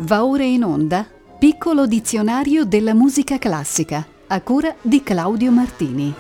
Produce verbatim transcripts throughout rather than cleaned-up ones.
Va ora in onda Piccolo dizionario della musica classica, a cura di Claudio Martini.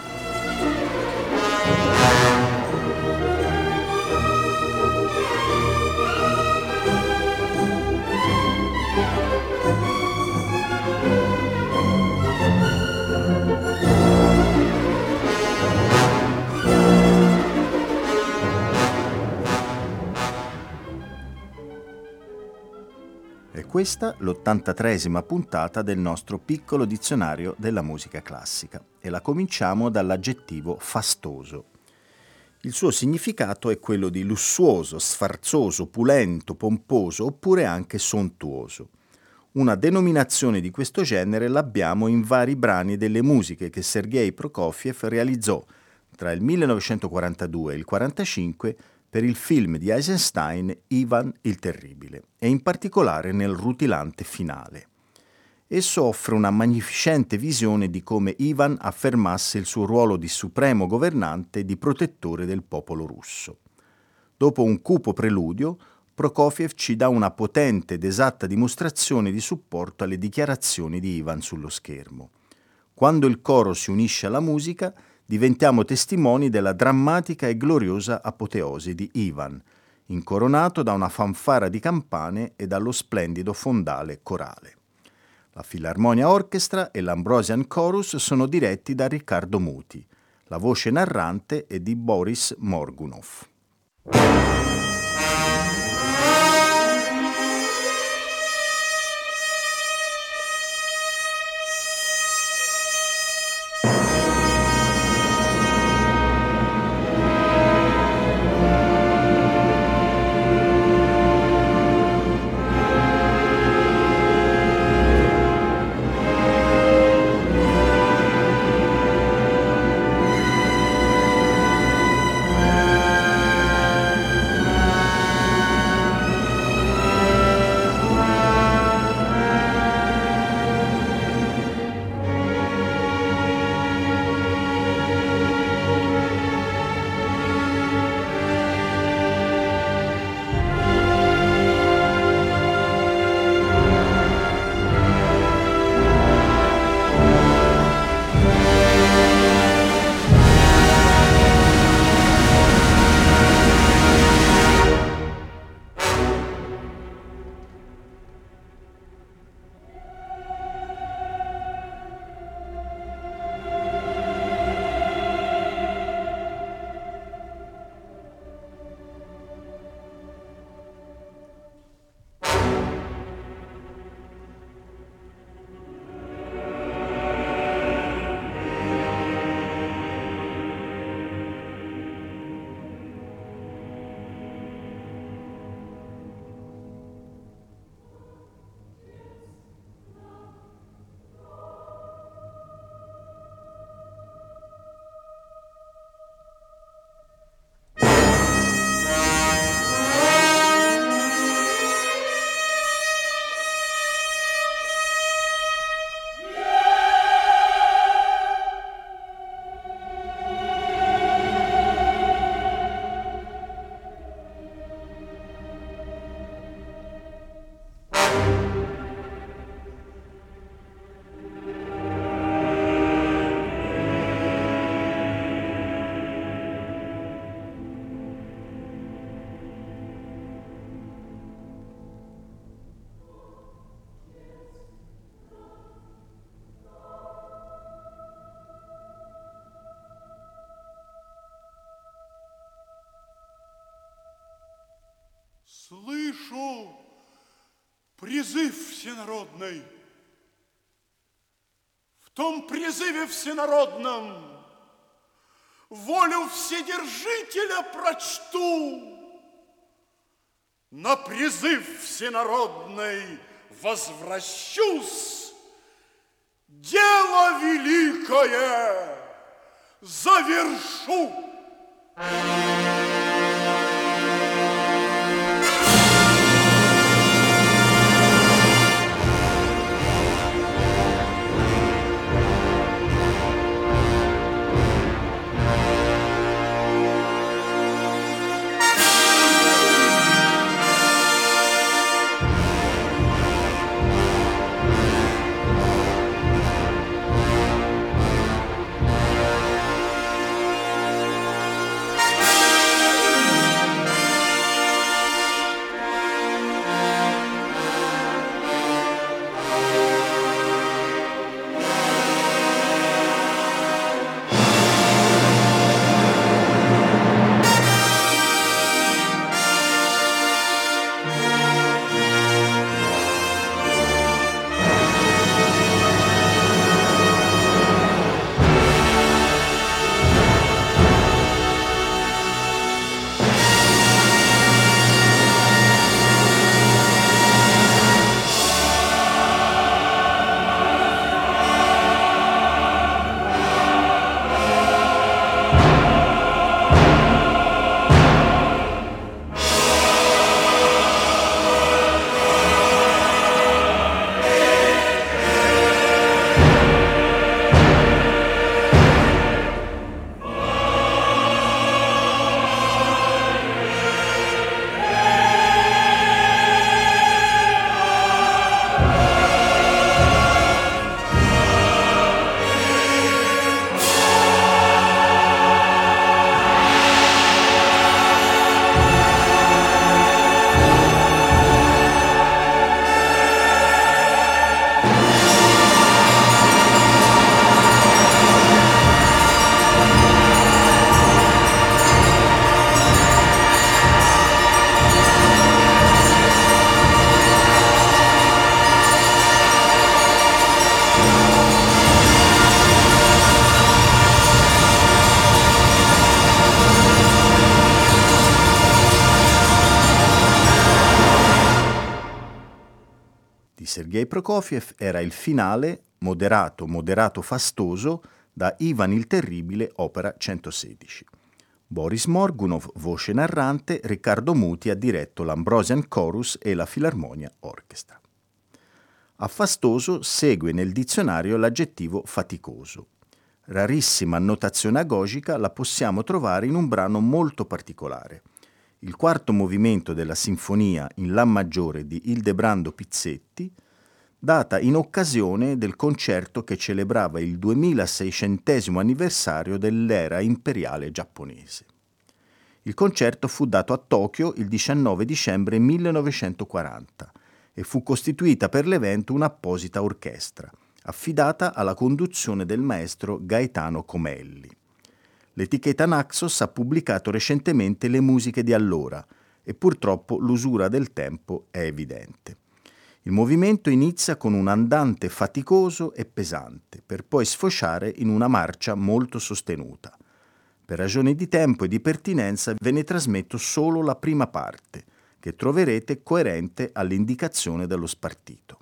E questa l'ottantatreesima puntata del nostro piccolo dizionario della musica classica e la cominciamo dall'aggettivo fastoso. Il suo significato è quello di lussuoso, sfarzoso, opulento, pomposo oppure anche sontuoso. Una denominazione di questo genere l'abbiamo in vari brani delle musiche che Sergei Prokofiev realizzò tra il millenovecentoquarantadue e il quarantacinque per il film di Eisenstein Ivan il Terribile, e in particolare nel rutilante finale. Esso offre una magnificente visione di come Ivan affermasse il suo ruolo di supremo governante e di protettore del popolo russo. Dopo un cupo preludio, Prokofiev ci dà una potente ed esatta dimostrazione di supporto alle dichiarazioni di Ivan sullo schermo. Quando il coro si unisce alla musica, diventiamo testimoni della drammatica e gloriosa apoteosi di Ivan, incoronato da una fanfara di campane e dallo splendido fondale corale. La Philharmonia Orchestra e l'Ambrosian Chorus sono diretti da Riccardo Muti. La voce narrante è di Boris Morgunov. Слышу призыв всенародный. В том призыве всенародном волю Вседержителя прочту. На призыв всенародный возвращусь, дело великое завершу. Sergei Prokofiev era il finale moderato, moderato fastoso da Ivan il Terribile, opera centosedici. Boris Morgunov, voce narrante, Riccardo Muti ha diretto l'Ambrosian Chorus e la Filarmonia Orchestra. A fastoso segue nel dizionario l'aggettivo faticoso. Rarissima annotazione agogica la possiamo trovare in un brano molto particolare. Il quarto movimento della sinfonia in La maggiore di Ildebrando Pizzetti, data in occasione del concerto che celebrava il duemilaseicentesimo anniversario dell'era imperiale giapponese. Il concerto fu dato a Tokyo il diciannove dicembre millenovecentoquaranta e fu costituita per l'evento un'apposita orchestra, affidata alla conduzione del maestro Gaetano Comelli. L'etichetta Naxos ha pubblicato recentemente le musiche di allora e purtroppo l'usura del tempo è evidente. Il movimento inizia con un andante faticoso e pesante, per poi sfociare in una marcia molto sostenuta. Per ragioni di tempo e di pertinenza ve ne trasmetto solo la prima parte, che troverete coerente all'indicazione dello spartito.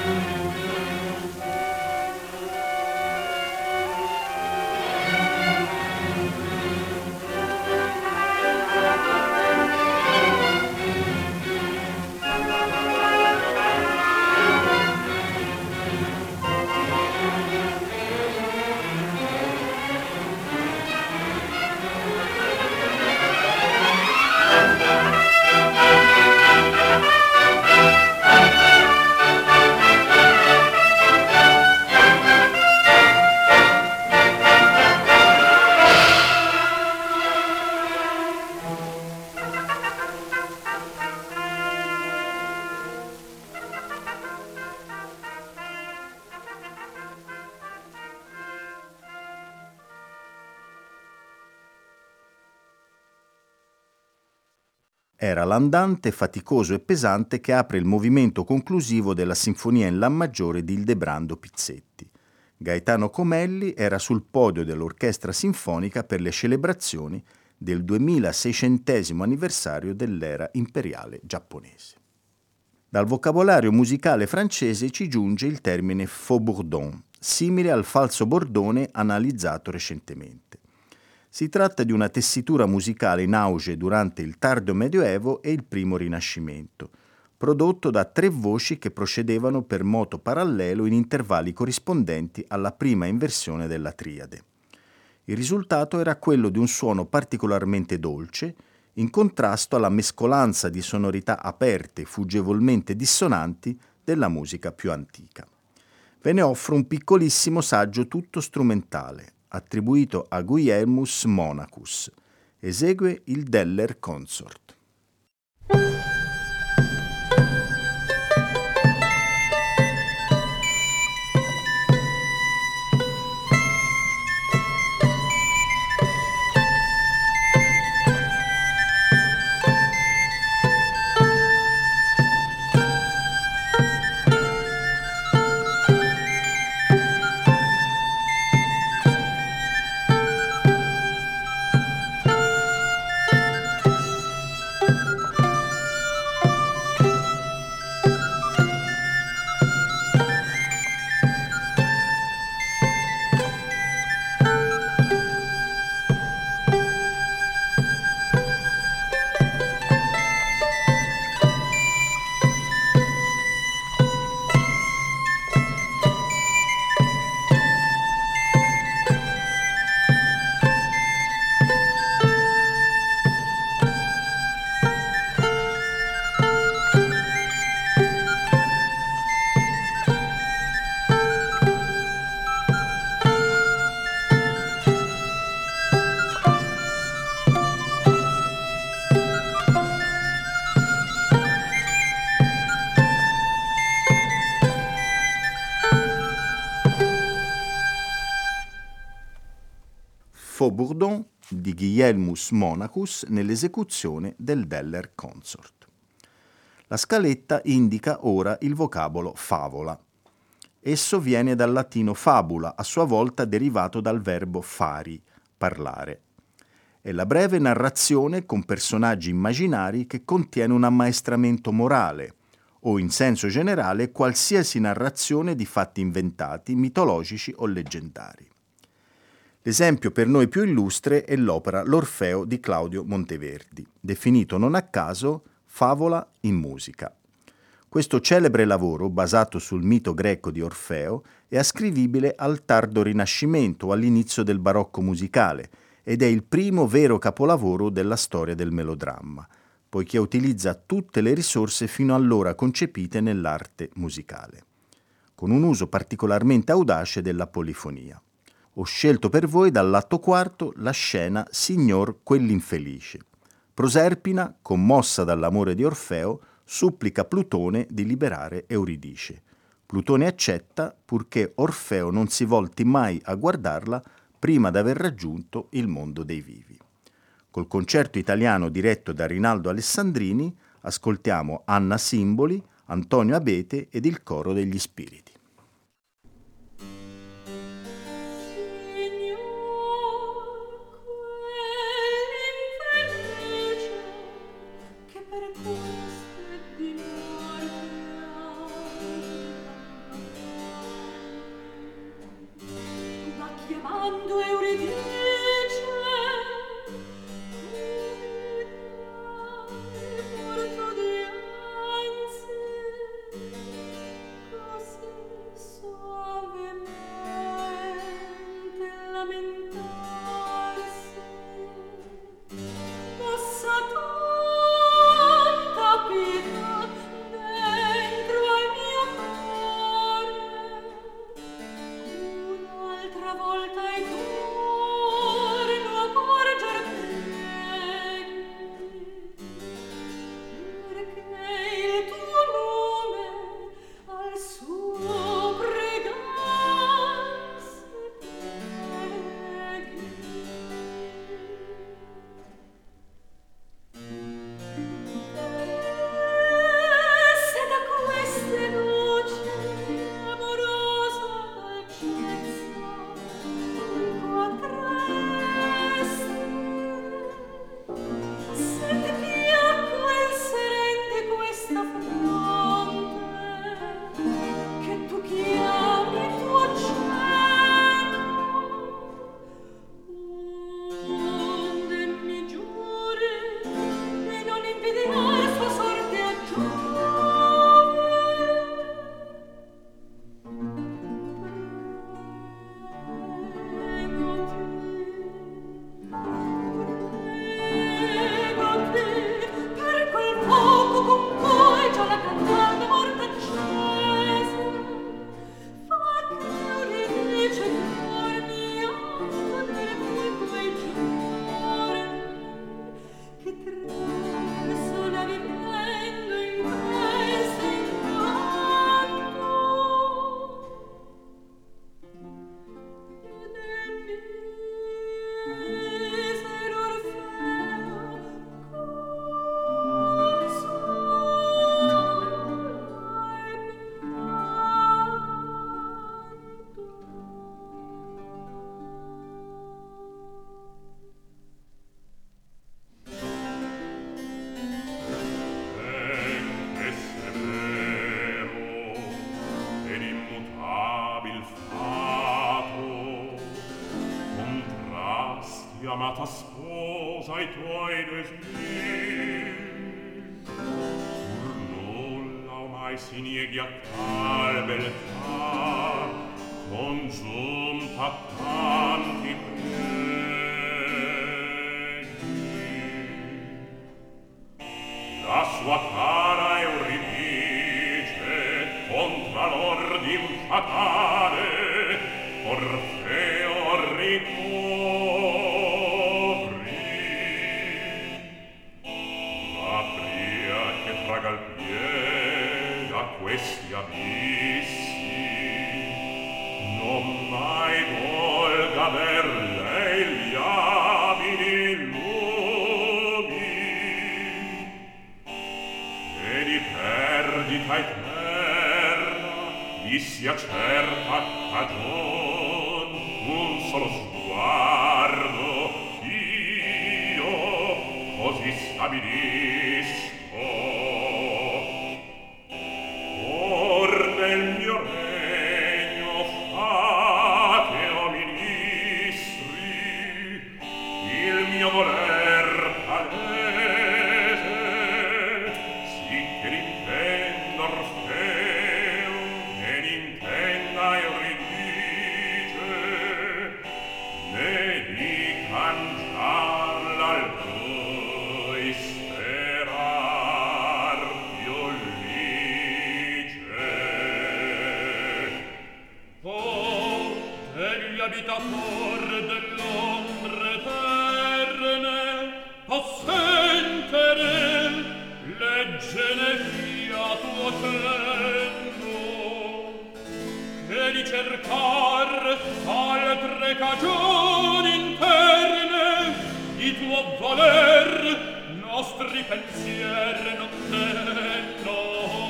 Era l'andante faticoso e pesante che apre il movimento conclusivo della sinfonia in La maggiore di Ildebrando Pizzetti. Gaetano Comelli era sul podio dell'Orchestra Sinfonica per le celebrazioni del duemilaseicentesimo anniversario dell'era imperiale giapponese. Dal vocabolario musicale francese ci giunge il termine faux-bourdon, simile al falso bordone analizzato recentemente. Si tratta di una tessitura musicale in auge durante il tardo Medioevo e il primo Rinascimento, prodotto da tre voci che procedevano per moto parallelo in intervalli corrispondenti alla prima inversione della triade. Il risultato era quello di un suono particolarmente dolce, in contrasto alla mescolanza di sonorità aperte, fuggevolmente dissonanti della musica più antica. Ve ne offro un piccolissimo saggio tutto strumentale, attribuito a Guillermus Monachus. Esegue il Deller Consort. Faux-bourdon di Guillermus Monachus nell'esecuzione del Deller Consort. La scaletta indica ora il vocabolo favola. Esso viene dal latino fabula, a sua volta derivato dal verbo fari, parlare. È la breve narrazione con personaggi immaginari che contiene un ammaestramento morale, o in senso generale qualsiasi narrazione di fatti inventati, mitologici o leggendari. L'esempio per noi più illustre è l'opera L'Orfeo di Claudio Monteverdi, definito non a caso favola in musica. Questo celebre lavoro, basato sul mito greco di Orfeo, è ascrivibile al tardo Rinascimento o all'inizio del barocco musicale ed è il primo vero capolavoro della storia del melodramma, poiché utilizza tutte le risorse fino allora concepite nell'arte musicale, con un uso particolarmente audace della polifonia. Ho scelto per voi dall'atto quarto la scena Signor quell'infelice. Proserpina, commossa dall'amore di Orfeo, supplica Plutone di liberare Euridice. Plutone accetta, purché Orfeo non si volti mai a guardarla prima d'aver raggiunto il mondo dei vivi. Col concerto italiano diretto da Rinaldo Alessandrini, ascoltiamo Anna Simboli, Antonio Abete ed il Coro degli Spiriti. amata sposa i tuoi desiri. Pur nulla ormai si nieghi a tal beltà, congiunta a tanti preghi. La sua cara Euridice contra l'ordin fatale Orfeo ricovri. Ma pria che traga il piede a questi abissi, non mai volga ver lei gli abili lumi, e di perdita eterna vi sia certa cagion un solo sguardo io così stabilisco. Or nel mio regno fate, o ministri, il mio voler palese, sì che l'intendo Orfeo e l'intenda Euridice, ne dican gialla al cui sperar più lice. Oh, degli abitator dell'ombre eterne, possentere, leggene via tuo cenno, che di cercar altre cagioni interne di tuo voler nostri pensier non tenno.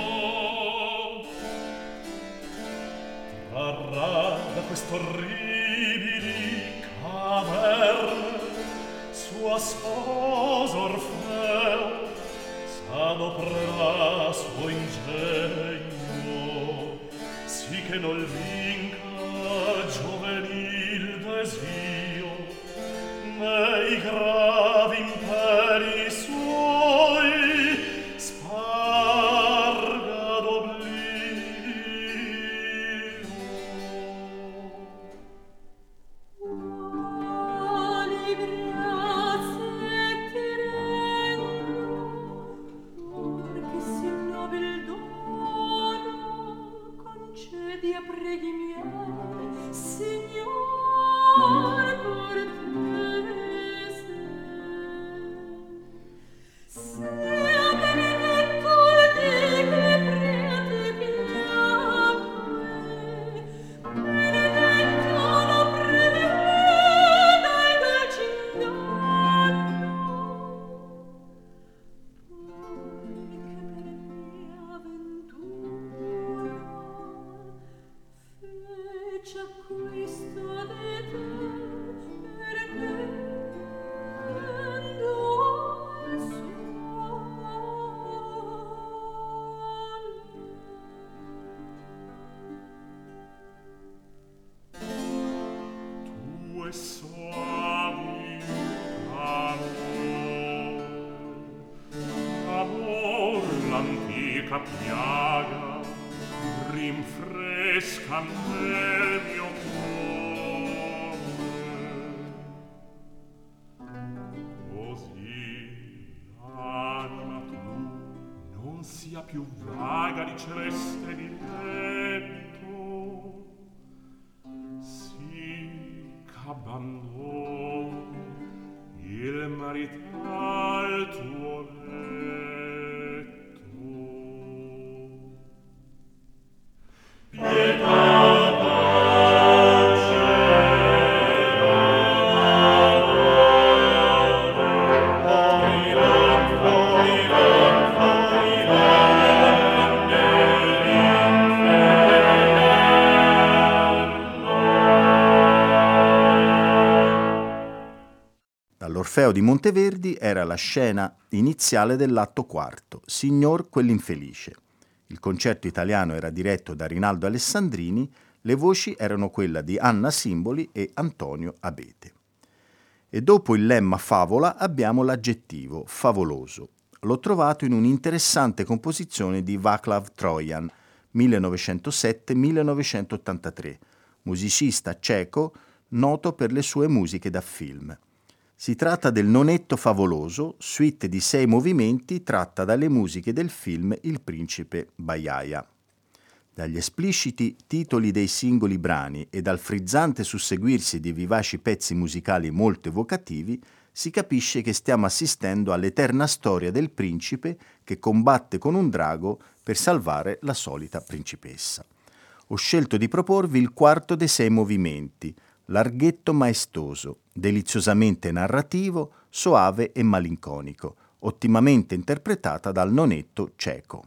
Trarrà da quest'orribili caverne sua sposa Orfeo, s'adoprerà suo ingegno, sì che non vinca giovenil desio, né i gravi imperi suoi sparga d'oblio. Quali grazie ti rendo, or che sì nobil dono concedi a preghi miei, Signor cortese. Sia benedetto il Dì che prete piacque, benedetto lo preveda il dolce inganno. Poi che per mia ventura fece acquisto di te, perdendo al Tue soavi amor, amor l'antica piaga rinfresca nel mio cuore. Così l'anima tu non sia più vaga di celeste diletto, sì ch'abbandoni il marital tuo letto. Pietà L'Orfeo di Monteverdi era la scena iniziale dell'atto quarto, Signor quell'infelice. Il concerto italiano era diretto da Rinaldo Alessandrini, le voci erano quella di Anna Simboli e Antonio Abete. E dopo il lemma favola abbiamo l'aggettivo favoloso. L'ho trovato in un'interessante composizione di Václav Trojan, millenovecentosette millenovecentottantatré, musicista ceco noto per le sue musiche da film. Si tratta del Nonetto favoloso, suite di sei movimenti tratta dalle musiche del film Il principe Bajaja. Dagli espliciti titoli dei singoli brani e dal frizzante susseguirsi di vivaci pezzi musicali molto evocativi, si capisce che stiamo assistendo all'eterna storia del principe che combatte con un drago per salvare la solita principessa. Ho scelto di proporvi il quarto dei sei movimenti, Larghetto maestoso, deliziosamente narrativo, soave e malinconico, ottimamente interpretata dal Nonetto ceco.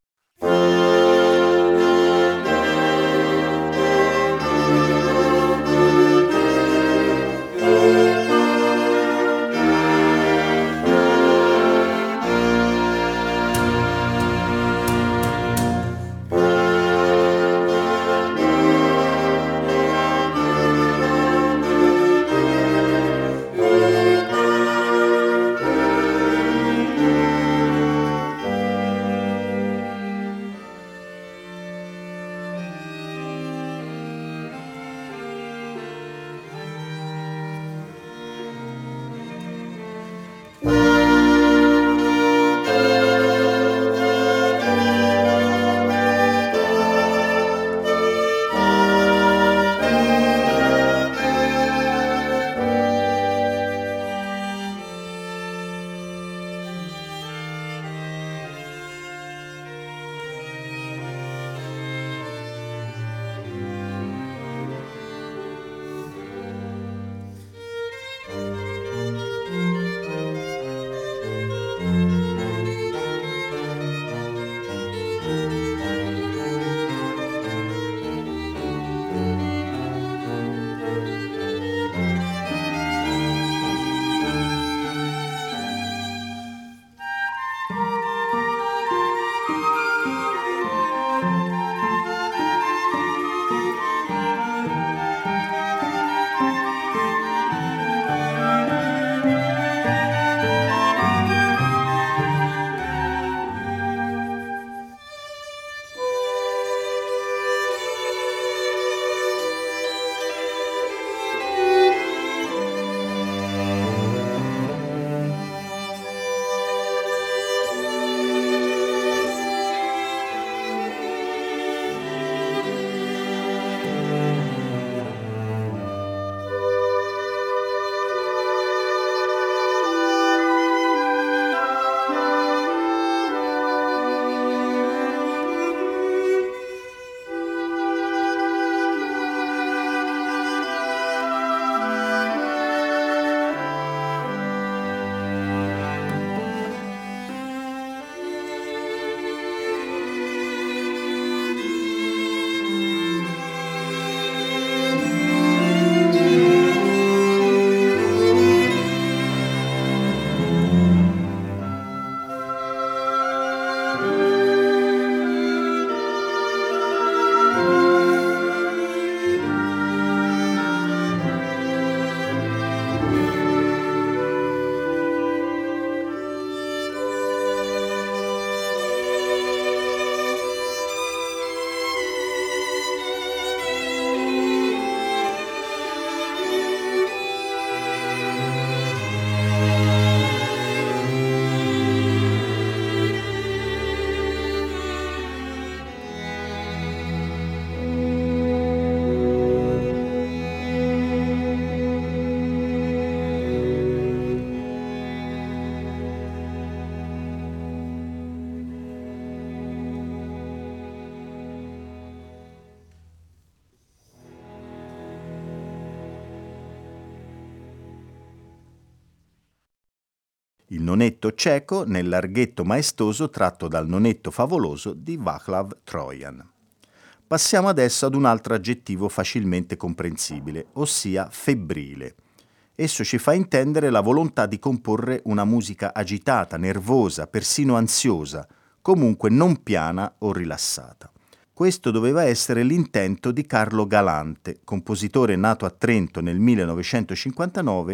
Il nonetto ceco nel larghetto maestoso tratto dal Nonetto favoloso di Václav Trojan. Passiamo adesso ad un altro aggettivo facilmente comprensibile, ossia febbrile. Esso ci fa intendere la volontà di comporre una musica agitata, nervosa, persino ansiosa, comunque non piana o rilassata. Questo doveva essere l'intento di Carlo Galante, compositore nato a Trento nel millenovecentocinquantanove,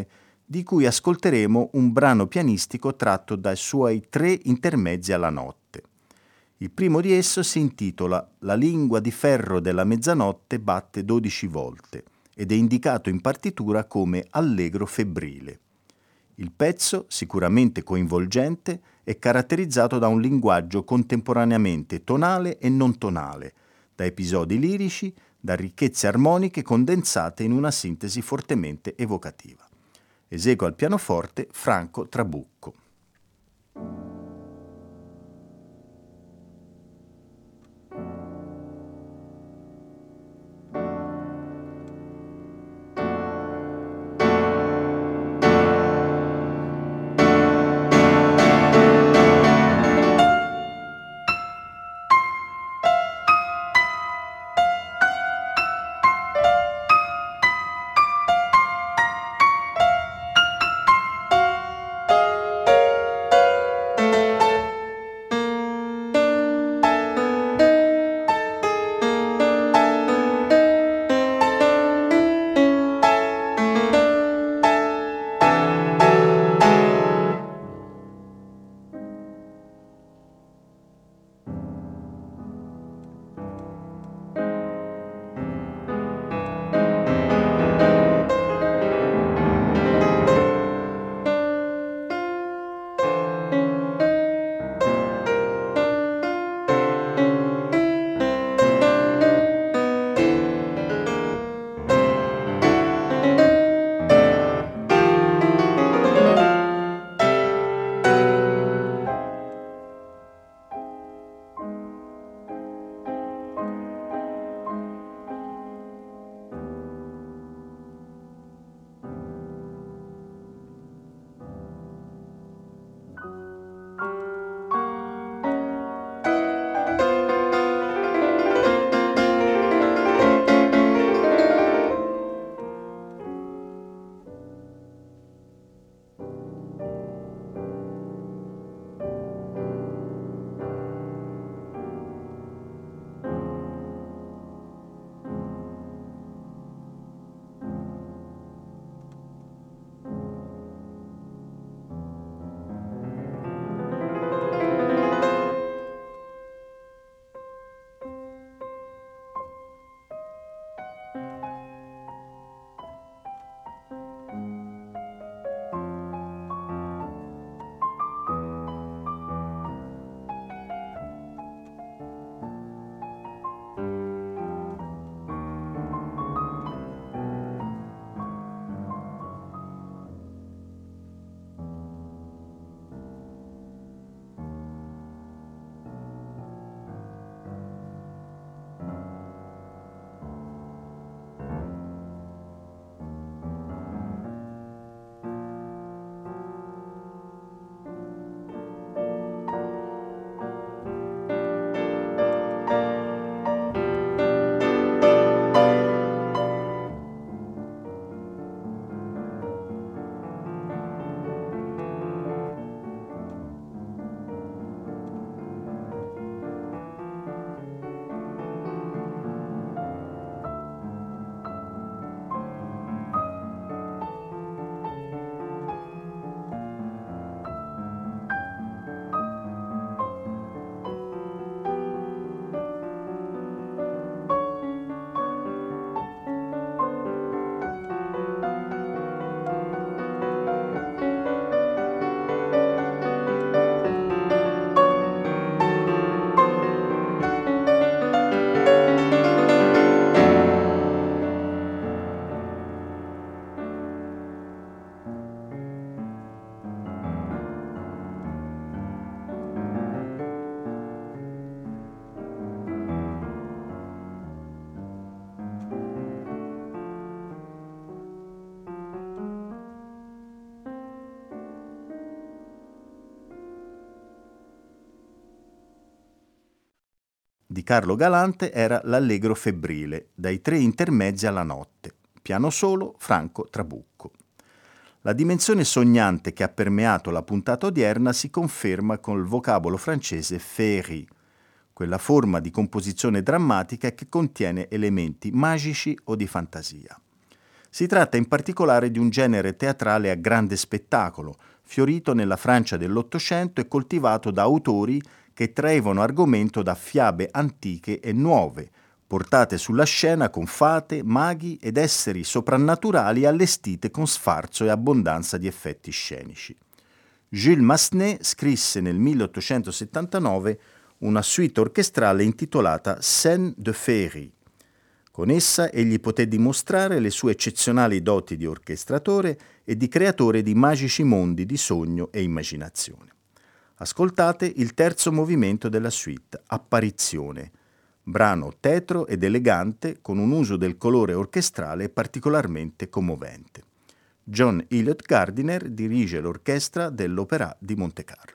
di cui ascolteremo un brano pianistico tratto dai suoi tre intermezzi alla notte. Il primo di esso si intitola La lingua di ferro della mezzanotte batte dodici volte ed è indicato in partitura come allegro febbrile. Il pezzo, sicuramente coinvolgente, è caratterizzato da un linguaggio contemporaneamente tonale e non tonale, da episodi lirici, da ricchezze armoniche condensate in una sintesi fortemente evocativa. Esegue al pianoforte Franco Trabucco. Di Carlo Galante era l'Allegro febbrile, dai tre intermezzi alla notte, piano solo Franco Trabucco. La dimensione sognante che ha permeato la puntata odierna si conferma col vocabolo francese féerie, quella forma di composizione drammatica che contiene elementi magici o di fantasia. Si tratta in particolare di un genere teatrale a grande spettacolo, fiorito nella Francia dell'Ottocento e coltivato da autori che traevano argomento da fiabe antiche e nuove, portate sulla scena con fate, maghi ed esseri soprannaturali allestite con sfarzo e abbondanza di effetti scenici. Jules Massenet scrisse nel milleottocentosettantanove una suite orchestrale intitolata Scènes de Féerie. Con essa egli poté dimostrare le sue eccezionali doti di orchestratore e di creatore di magici mondi di sogno e immaginazione. Ascoltate il terzo movimento della suite, Apparizione, brano tetro ed elegante con un uso del colore orchestrale particolarmente commovente. John Eliot Gardiner dirige l'orchestra dell'Opéra di Montecarlo.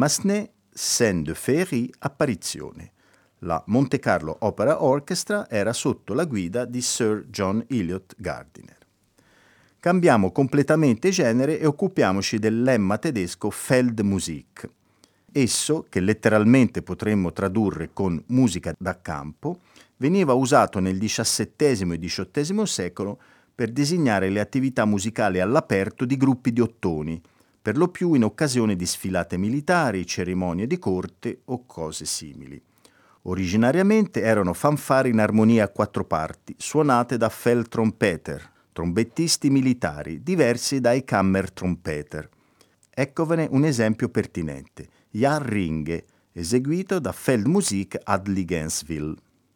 Massenet, Scène de Féerie, apparizione. La Monte Carlo Opera Orchestra era sotto la guida di Sir John Eliot Gardiner. Cambiamo completamente genere e occupiamoci del lemma tedesco Feldmusik. Esso, che letteralmente potremmo tradurre con musica da campo, veniva usato nel diciassettesimo e diciottesimo secolo per designare le attività musicali all'aperto di gruppi di ottoni, per lo più in occasione di sfilate militari, cerimonie di corte o cose simili. Originariamente erano fanfare in armonia a quattro parti, suonate da Feldtrompeter, trombettisti militari, diversi dai Kammertrompeter. Eccovene un esempio pertinente, Jahr Ringe, eseguito da Feldmusik ad Ligenswil.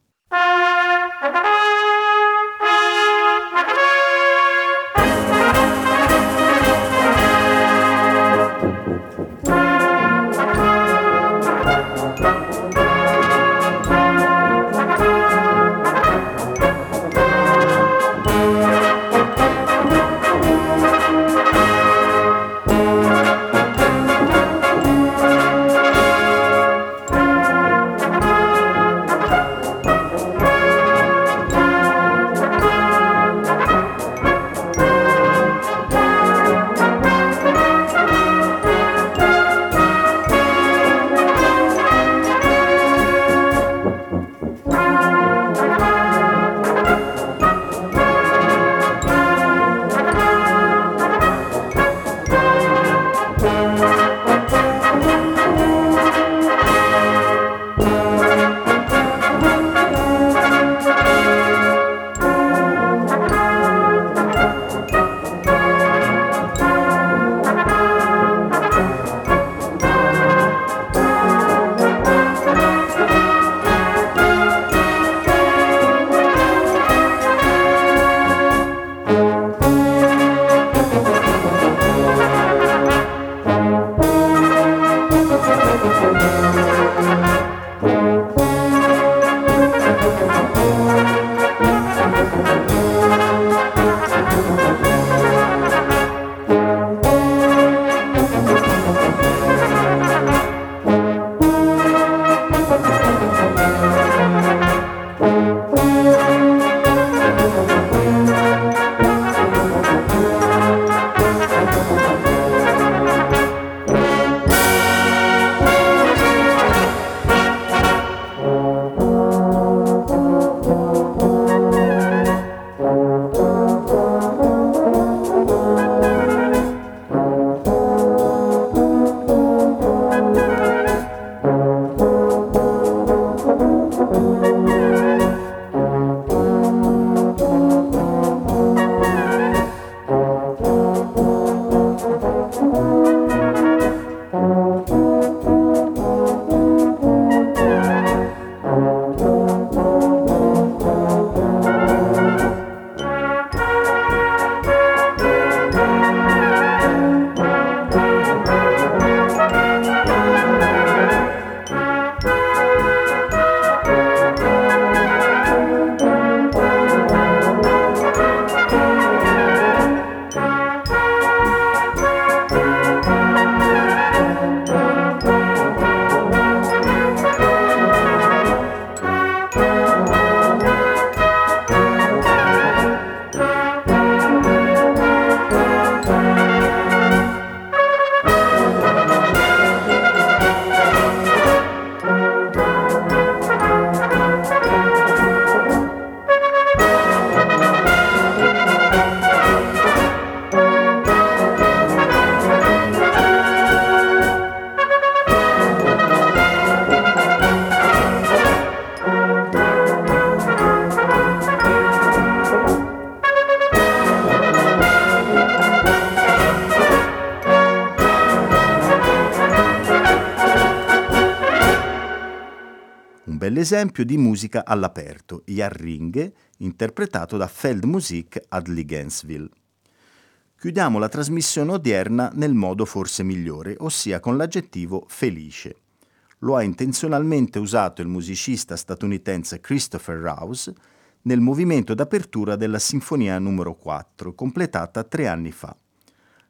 bell'esempio di musica all'aperto, Jahr Ringe, interpretato da Feldmusik ad Ligenswil. Chiudiamo la trasmissione odierna nel modo forse migliore, ossia con l'aggettivo felice. Lo ha intenzionalmente usato il musicista statunitense Christopher Rouse nel movimento d'apertura della Sinfonia numero quattro, completata tre anni fa.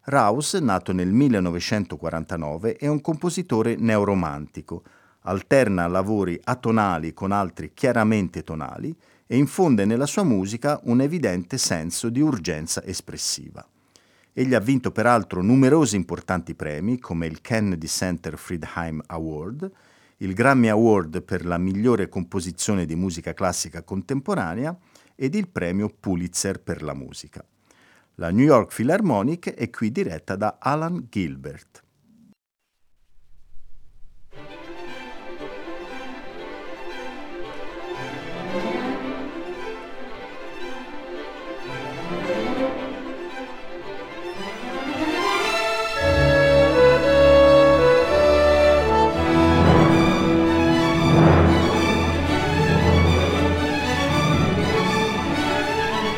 Rouse, nato nel millenovecentoquarantanove, è un compositore neoromantico, alterna lavori atonali con altri chiaramente tonali e infonde nella sua musica un evidente senso di urgenza espressiva. Egli ha vinto peraltro numerosi importanti premi come il Kennedy Center Friedheim Award, il Grammy Award per la migliore composizione di musica classica contemporanea ed il premio Pulitzer per la musica. La New York Philharmonic è qui diretta da Alan Gilbert.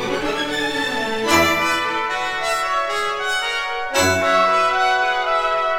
Thank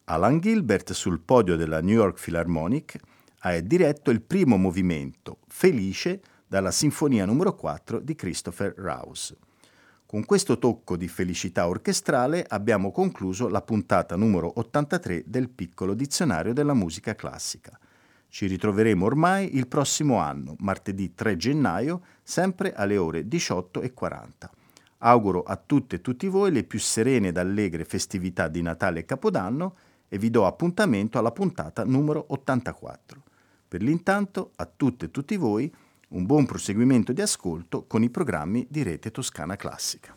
Alan Gilbert, sul podio della New York Philharmonic, ha diretto il primo movimento, Felice, dalla Sinfonia numero quattro di Christopher Rouse. Con questo tocco di felicità orchestrale abbiamo concluso la puntata numero ottantatré del Piccolo Dizionario della Musica Classica. Ci ritroveremo ormai il prossimo anno, martedì tre gennaio, sempre alle ore diciotto e quaranta. Auguro a tutte e tutti voi le più serene ed allegre festività di Natale e Capodanno e vi do appuntamento alla puntata numero ottantaquattro. Per l'intanto, a tutte e tutti voi, un buon proseguimento di ascolto con i programmi di Rete Toscana Classica.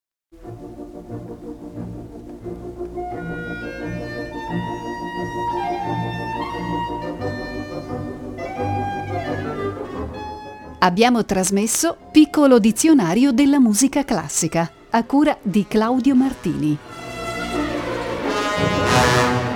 Abbiamo trasmesso Piccolo Dizionario della Musica Classica, a cura di Claudio Martini.